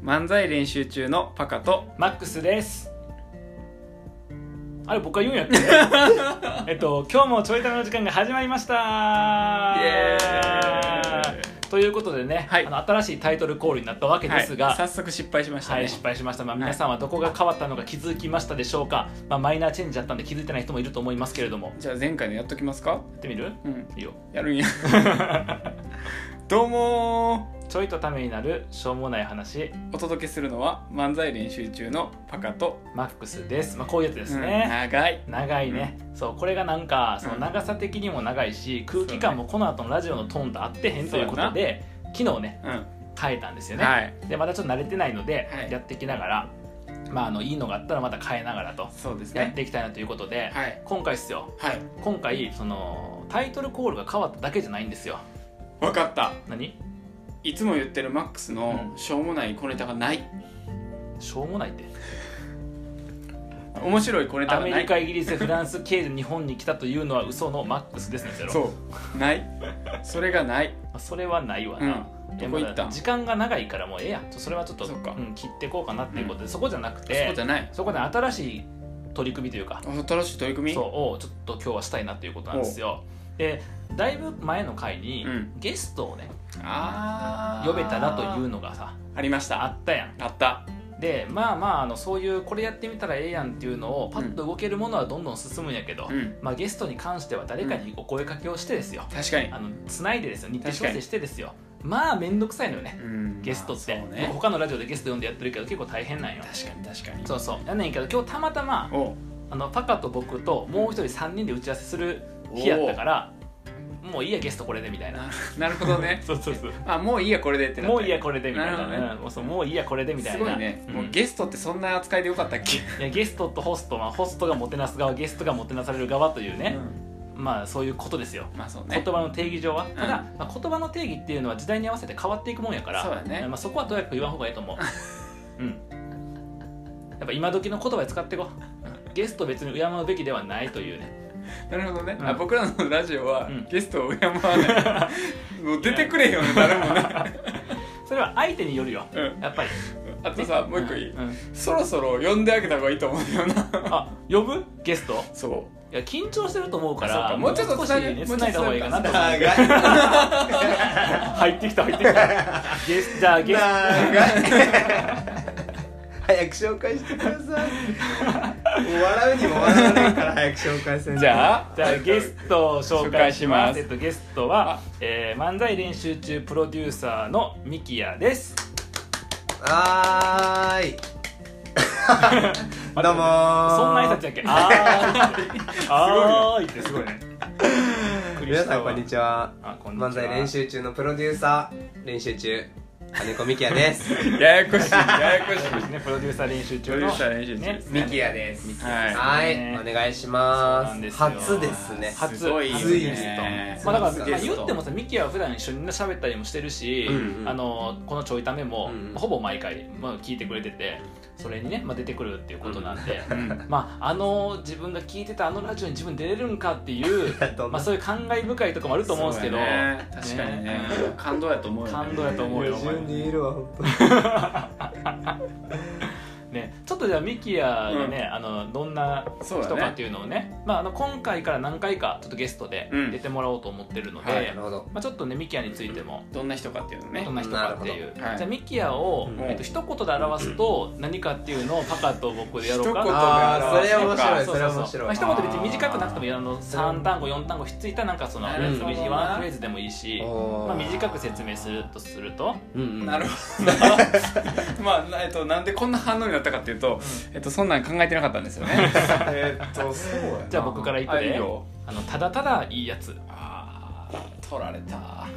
漫才練習中のパカとマックスです。あれ僕が言うんやっけ今日もちょいための時間が始まりました。 イエーイということでね、はい、新しいタイトルコールになったわけですが、 はい、早速失敗しましたね。 はい、失敗しました。皆さんはどこが変わったのか気づきましたでしょうか。マイナーチェンジだったんで気づいてない人もいると思いますけれども。 じゃあ前回のやっときますか。やってみる？いいよ。 やるんやどうもちょいとためになるしょうもない話、 お届けするのは漫才練習中のパカとマックスです。こういうやつですね。長いね、そうこれがなんかその長さ的にも長いし、空気感もこの後のラジオのトーンと合ってへんということで、昨日ね、変えたんですよね。はい、でまだちょっと慣れてないので、やっていきながら、いいのがあったらまた変えながらとやっていきたいなということで、今回ですよ、今回そのタイトルコールが変わっただけじゃないんですよ。 分かった。 何？ いつも言ってるマックスのしょうもない小ネタがない。 しょうもないって面白い小ネタがない。 アメリカ、イギリス、フランス経由で日本に来たというのは嘘のマックスですね。 そうないそれがないそれはないわな。 どこ行った？ 時間が長いからもうええや。それはちょっと切っていこうかなっていうことで、そこじゃなくて、そこで新しい取り組みというか、 新しい取り組みをちょっと今日はしたいなということなんですよ。でだいぶ前の回にゲストをね、呼べたらというのがさありました。 あったやん。 あった。 でそういうこれやってみたらええやんっていうのをパッと動けるものはどんどん進むんやけど、ゲストに関しては誰かにお声かけをしてですよ。 確かにつないでですよ、日程調整してですよ。めんどくさいのよね、ゲストって、他のラジオでゲスト呼んでやってるけど結構大変なんよ。 確かにそうやねんけど、今日たまたまパカと僕ともう一人3人で打ち合わせする日やったから、もういいやゲストこれでみたいな。 なるほどねそうもういいやこれでってなった。 もういいやこれでみたいな。もういいやこれでみたいな。 すごいね、もうゲストってそんな扱いでよかったっけ？ いやゲストとホストはホストがもてなす側、ゲストがもてなされる側というね、そういうことですよ。言葉の定義上は。ただ、言葉の定義っていうのは時代に合わせて変わっていくもんやから、 そうだね。 そこはとやかく言わん方がいいと思うやっぱ今時の言葉で使っていこう。ゲスト別に敬うべきではないというね。 なるほどね。僕らのラジオはゲストを敬わない。もう出てくれよね、誰もね。 それは相手によるよ、やっぱり。 あとさ、もう一個いい？そろそろ呼んであげた方がいいと思うよな。 呼ぶ？ゲスト？ そう。 いや緊張してると思うから、 もうちょっと少しね繋いだ方がいいかなと思う。入ってきた。じゃあゲスト早く紹介してください。もう笑うにも笑わないから早く紹介せんと。 じゃあゲストを紹介します。ゲストは、漫才練習中プロデューサーのミキヤです。 はーいどうもー。そんな挨拶やっけ？あーいってすごいね。 皆さんこんにちは。漫才練習中のプロデューサー、練習中金子ミキヤです。 ややこしいね。プロデューサー練習中のミキヤです。 はい、 お願いします。初ですね。 すごいゲスト。だから言ってもさ、ミキヤは普段一緒に喋ったりもしてるし、このちょいためもほぼ毎回聞いてくれてて、それにね、出てくるっていうことなんで、自分が聞いてたラジオに自分出れるんかっていうそういう感慨深いところもあると思うんですけど、 確かにね、感動やと思うよ。 感動やと思うよ。 自分でいるわ本当にね、ちょっとじゃあミキヤがね、どんな人かっていうのをね、今回から何回かちょっとゲストで出てもらおうと思ってるので、ちょっとねミキヤについてもどんな人かっていうのね、 どんな人かっていう、じゃあミキヤを一言で表すと何かっていうのをパカと僕でやろうか。 それ面白い。それ面白い。 一言別に短くなくてもいい、3単語4単語ひっついたなんかそのワンフレーズでもいいし、短く説明するとなるほど。なんでこんな反応になったかっていうと、そんなん考えてなかったんですよね。 そうや。 じゃあ僕からいくで、ただただいいやつ。 取られた。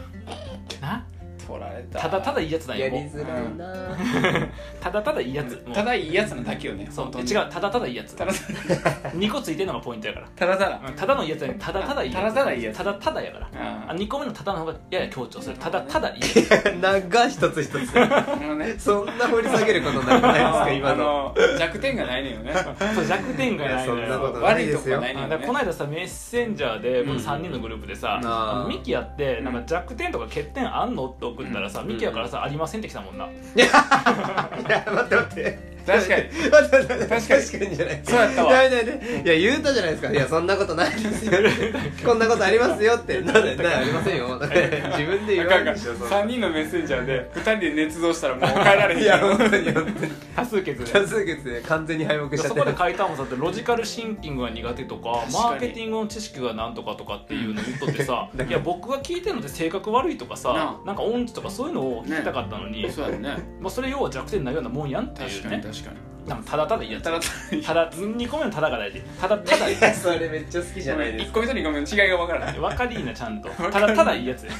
ただただいいやつだよ。 やりづらいな。 ただただいいやつ。 ただいいやつのだけよね。 そう、違う、ただただいいやつ。2個ついてるのがポイントやから。 ただただ。 ただのいいやつやね。ただただいいやつ。 ただただいいやつ。 ただただやから。 2個目のただの方がやや強調する。ただいい長一つ一つそんな掘り下げることなくないですか今の。 弱点がないのよね。 そう弱点がないのよ。 そんなことないですよ。 悪いとこないのよね。 この間さメッセンジャーでこの3人のグループでさ、ミキヤってなんか弱点とか欠点あんのって送ったらさ、ミキヤからさありませんってきたもんな。 いや待って確かに確かにじゃない。 そうやったわ。 いや言うたじゃないですか。いやそんなことないですよ。こんなことありますよって。なんでありませんよ。自分で言わないでしょ。 3人のメッセンジャーで2人で捏造したらもう変えられへん。 いや本当に多数決で完全に敗北しちゃって。 そこで書いたもんさってロジカルシンキングが苦手とかマーケティングの知識がなんとかとかっていうの言っとってさ、いや僕が聞いてるのって性格悪いとかさ、なんか音痴とかそういうのを聞きたかったのに、 そうやね。 まあそれ要は弱点ないようなもんやんっていうね。 確かに。 ただいいやつ。ただ2個目のただが大事。ただいい。 それめっちゃ好きじゃないですか。 1個目と2個目の違いが分からない。 分かりいいなちゃんと。ただいいやつ。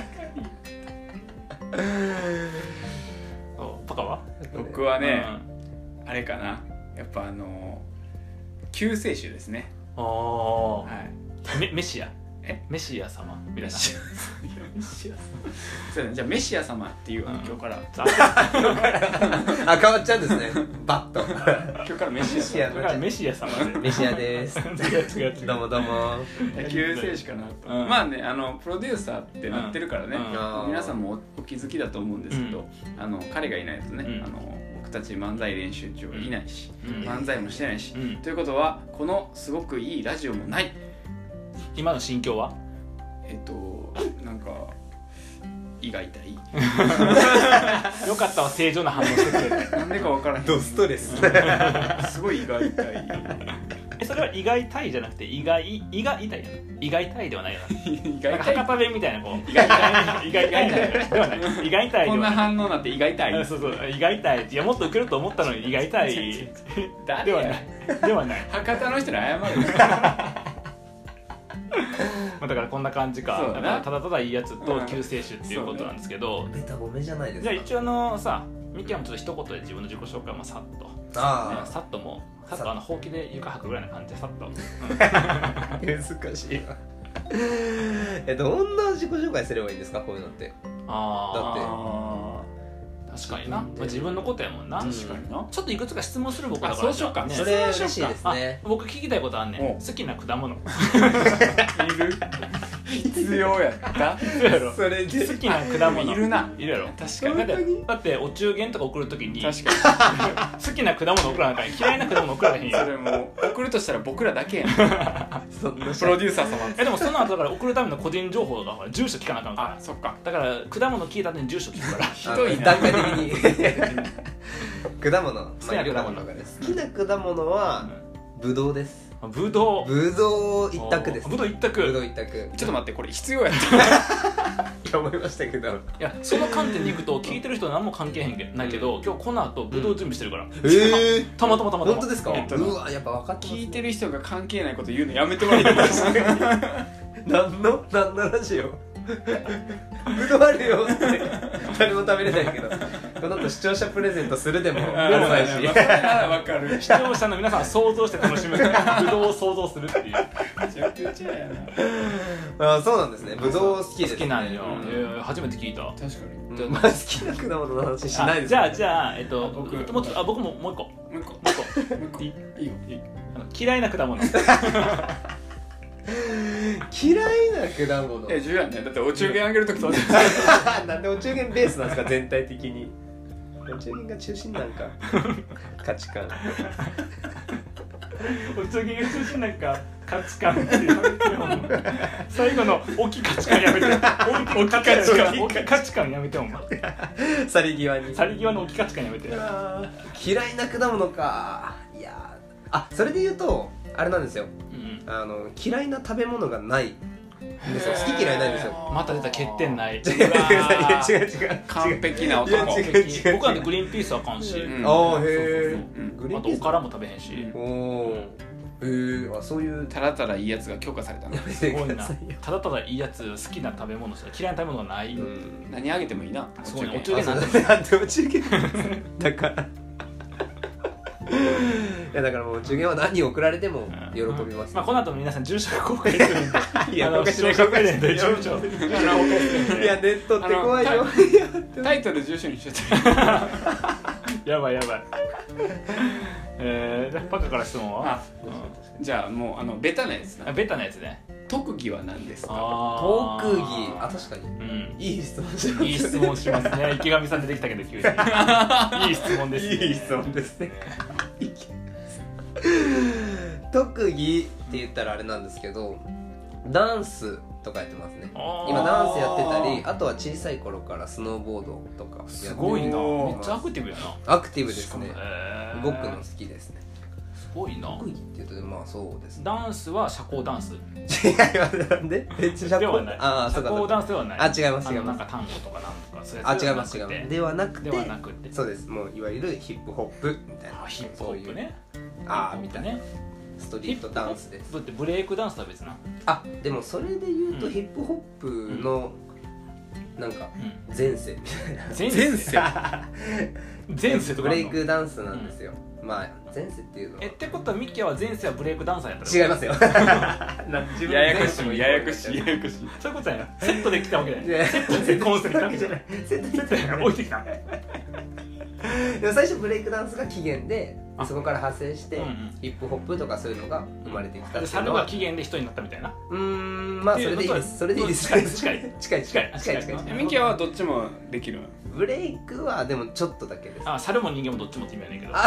パカは？ 僕はね、あれかな。やっぱ救世主ですね。 はい。メシア。メシア様みたいな。 じゃあメシア様っていう今日から変わっちゃうんですね。バッと今日からメシア様で。 メシアです。 違う。 どうも。 救世主かなと。まあねプロデューサーってなってるからね。皆さんもお気づきだと思うんですけど、彼がいないとね僕たち漫才練習中はいないし漫才もしてないし、ということはこのすごくいいラジオもない。 今の心境は？ なんか胃が痛い。 よかったわ正常な反応してくれて。 なんでかわからへん。 ドストレス。 すごい胃が痛い。 それは胃が痛いじゃなくて胃が痛いやな。胃が痛いではないよな。なんか博多弁みたいなこう胃が痛いではない。胃が痛い。 こんな反応なんて胃が痛い。 そう胃が痛い。いやもっと受けると思ったのに胃が痛い。ではない。 博多の人に謝る。 だからこんな感じか。だからただただいいやつと救世主っていうことなんですけど、 ベタ褒めじゃないですか。 じゃあ一応さミキヤもちょっと一言で自分の自己紹介もさっとさっとほうきで床履くぐらいな感じでさっと。 難しいわ。どんな自己紹介すればいいんですかこういうのって。だって確かにな、自分のことやもんな。 確かにな。 ちょっといくつか質問する僕だから。 そうしようか。 それ嬉しいですね。 僕聞きたいことあんねん。好きな果物。いる？必要やった？ それで好きな果物いるな。 いるやろ。 確かに。 だってお中元とか送るときに確かに好きな果物送らなきゃ嫌いな果物送らへんやん。 それもう送るとしたら僕らだけやん。プロデューサー様。 でもその後だから送るための個人情報が住所聞かなあかんから。 そっか。 だから果物聞いた後に住所聞くから。 ひどいな。 段階的に。果物。好きな果物がです。好きな果物はブドウです。 ブドウ一択です。 ブドウ一択。 ちょっと待ってこれ必要やったと思いましたけど。いやその観点でいくと聞いてる人は何も関係へんないけど、今日この後ブドウ準備してるから。たまたま。 本当ですか？うわやっぱ分かってます。 聞いてる人が関係ないこと言うのやめてもらっていいですか？ 何のラジオ？ブドウあるよって誰も食べれないけど、この後視聴者プレゼントするでもないし。 分かる。 視聴者の皆さんは想像して楽しむブドウを想像するっていう。めちゃくちゃやな。 そうなんですね。ブドウ好きです。 好きなんよ。初めて聞いた。 確かに。 好きな果物の話しないです。 じゃあ僕もう一個いいよ。嫌いな果物。 嫌いな果物。 重要やね。だってお中元あげるときとなんでお中元ベースなんですか全体的に。お中元が中心なんか価値観。 お中元が中心なんか価値観っていう最後の大きい価値観やめて。大きい価値観やめて。お前去り際の大きい価値観やめて。 嫌いな果物か。いやそれで言うとあれなんですよ。嫌いな食べ物がないんですよ。好き嫌いないんですよ。 また出た欠点ない。違う完璧な男。 僕はグリーンピースあかんし。 へえ。 あとおからも食べへんし。 そういうただただいいやつが強化されたの。 すごいな。ただただいいやつ、好きな食べ物、嫌いな食べ物がない。 何あげてもいいな。 お中元なんでお中元だから。 やだからもう受験は何送られても喜びます、 まあこの後も皆さん住所公開するんでいや公開しない公開で住所いやネットって怖いよタイトル住所にしちゃったやばいパカから質問はじゃあもうベタなやつなベタなやつね特技は何ですか特技確かに、いい質問しますいい質問しますね池上さん出てきたけど急にいい質問ですねいい質問ですね特技って言ったらあれなんですけどダンスとかやってますね今ダンスやってたりあとは小さい頃からスノーボードとかやってすごいなめっちゃアクティブやなアクティブですね動くの好きですねすごいな特技って言うとまあそうですねダンスは社交ダンス違いますなんでではない社交ダンスではない違いますなんか単語とかなんとかそういうやつ違いますではなくてそうですもういわゆるヒップホップみたいなヒップホップねみたいなストリートダンスですだってブレイクダンスとは別なでもそれで言うとヒップホップのなんか前世みたいな前世とかブレイクダンスなんですよまあ前世っていうのはってことはミキヤは前世はブレイクダンサーやった違いますよややこしいそういうことやなセットで来たわけじゃないセットでコンセプト来たわけじゃないセットで置いてきたでも最初ブレイクダンスが起源でそこから派生してヒップホップとかそういうのが生まれてきた猿が起源で人になったみたいなまあそれでいいですそれでいいです近いミキヤはどっちもできるブレイクはでもちょっとだけです猿も人間もどっちもって意味やねんけど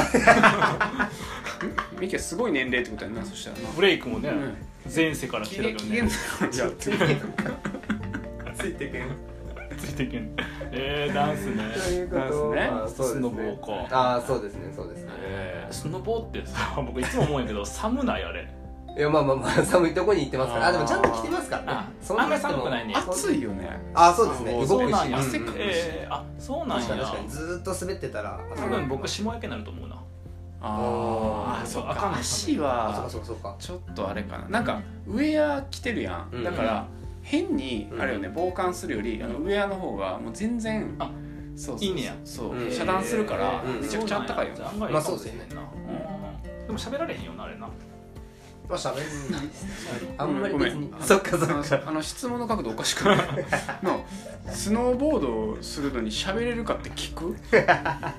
ミキヤすごい年齢ってことやなそしたらなブレイクもね前世から来てるけどねついてけんダンスねスノボーかそうですねスノボーってさ僕いつも思うんやけど寒ないあれいやまあ寒いとこに行ってますからでもちゃんと着てますからねあんまり寒くないね暑いよねそうですねそうなんや汗かくしそうなんや確かにずーっと滑ってたら多分僕下焼けになると思うなそうあかん足はちょっとあれかななんかウェア着てるやんだから変にあれよね防寒するよりウェアの方がもう全然いいねや遮断するからめちゃくちゃあったかいよまあそうですねでも喋られへんよなあれな喋んないですあんまり別にそっか質問の角度おかしくないスノーボードするのに喋れるかって聞くいや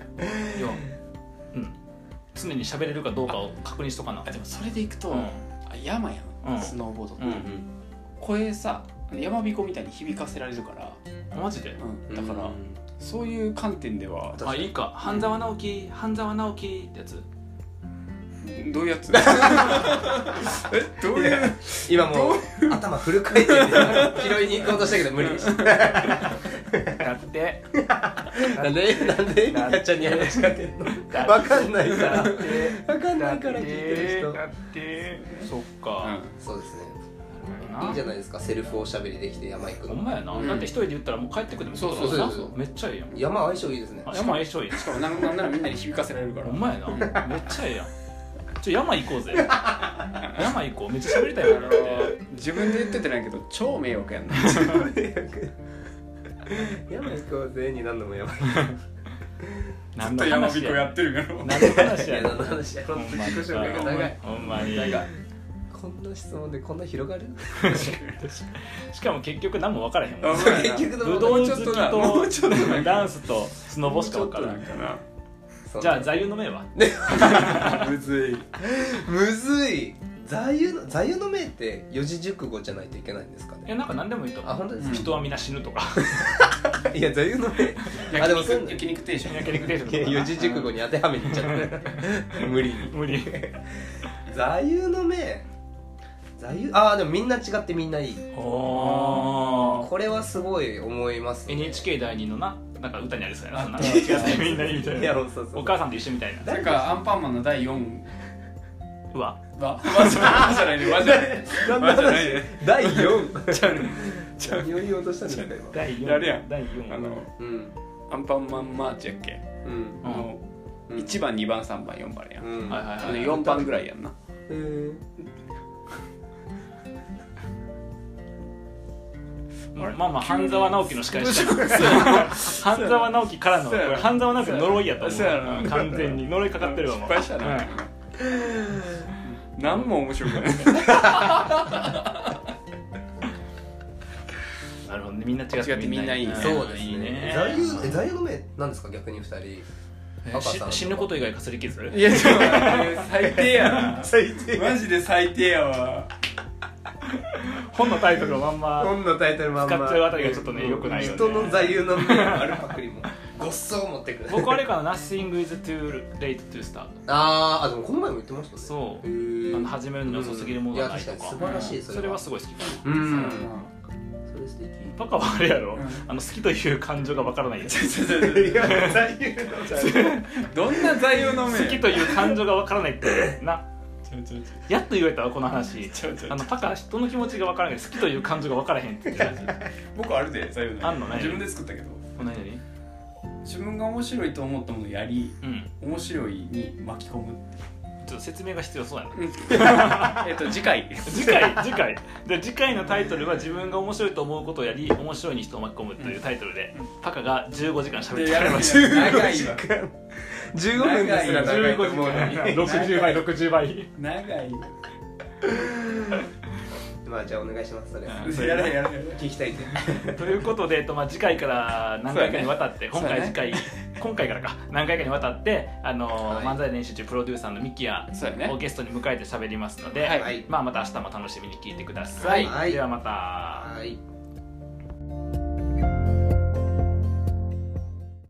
常に喋れるかどうかを確認しとかなでもそれでいくと山やんスノーボードって声さ山彦みたいに響かせられるからマジでだからそういう観点ではいいか半沢直樹ってやつどういうやつどういう今もう頭フル回転で拾いに行こうとしたけど無理でしただってなんでミカちゃんに話しかけんの分かんないから聞いてる人だってそっかそうですねいいじゃないですかセルフおしゃべりできて山行くのほんまやなだって一人で言ったらもう帰ってくるもんそうめっちゃいいやん山相性いいですね山相性いいしかもなんならみんなに響かせられるからほんまやなめっちゃいいやん山行こうぜ山行こうめっちゃ喋りたいな自分で言っててないけど超迷惑やんな山行こうぜになんのもやばいずっと山彦やってるやろ何の話や何の話やほんまにこんな質問でこんな広がるしかも結局何も分からへんもん結局ぶどう好きとダンスとスノボしか分からんじゃあ座右の銘はむずい座右の銘って四字熟語じゃないといけないんですかねなんか何でもいいと思う本当ですか人は皆死ぬとかいや座右の銘でも焼肉定食四字熟語に当てはめにいっちゃった無理座右の銘でもみんな違ってみんないいこれはすごい思いますね NHK 第2のなんか歌にありそうやな違ってみんないいみたいなお母さんと一緒みたいななんかアンパンマンの第4 わじゃないね第4何を言おうとしたんですか今第4 あれやん第4 アンパンマンマーチやっけ1番2番3番4番やん4番ぐらいやんなまあ半沢直樹の司会者半沢直樹からのこれ半沢直樹の呪いやと思う完全に呪いかかってるわ失敗したな何も面白くないなるほどね、みんな違ってみんないいね。 そうですね。座右の銘なんですか、逆に2人。 死ぬこと以外かすり傷。 いやちょっと最低やな。最低、マジで最低やわ。 本のタイトルをまんま使っちゃうあたりがちょっとね、良くないよね。 人の座右の銘あるパクリもごっそ持ってくる。 僕あれかな、Nothing is too late to start。 でもこの前も言ってましたね。 そう、始めるのに遅すぎるものはないとか。 素晴らしい。 それはすごい好きかな。それ素敵。 パカはあれやろ、好きという感情がわからないやつ。 どんな座右の銘。 好きという感情がわからないってな。やっと言われたわこの話。パカ人の気持ちが分からないけど好きという感情が分からへんって話。 僕あるで座右の銘。 あんのね。 自分で作ったけど。 何？ 自分が面白いと思ったものをやり、面白いに巻き込む。 ちょっと説明が必要そうやね。次回で次回のタイトルは自分が面白いと思うことをやり面白いに人を巻き込むというタイトルで、パカが15時間喋ってくれました。 長いわ。 15分ですら長いと思うのに 60倍長い。 まあじゃあお願いします。それやら聞きたいということで、次回から何回かにわたって、今回からか何回かにわたって漫才練習中プロデューサーのミキヤをゲストに迎えて喋りますので、また明日も楽しみに聞いてください。ではまた。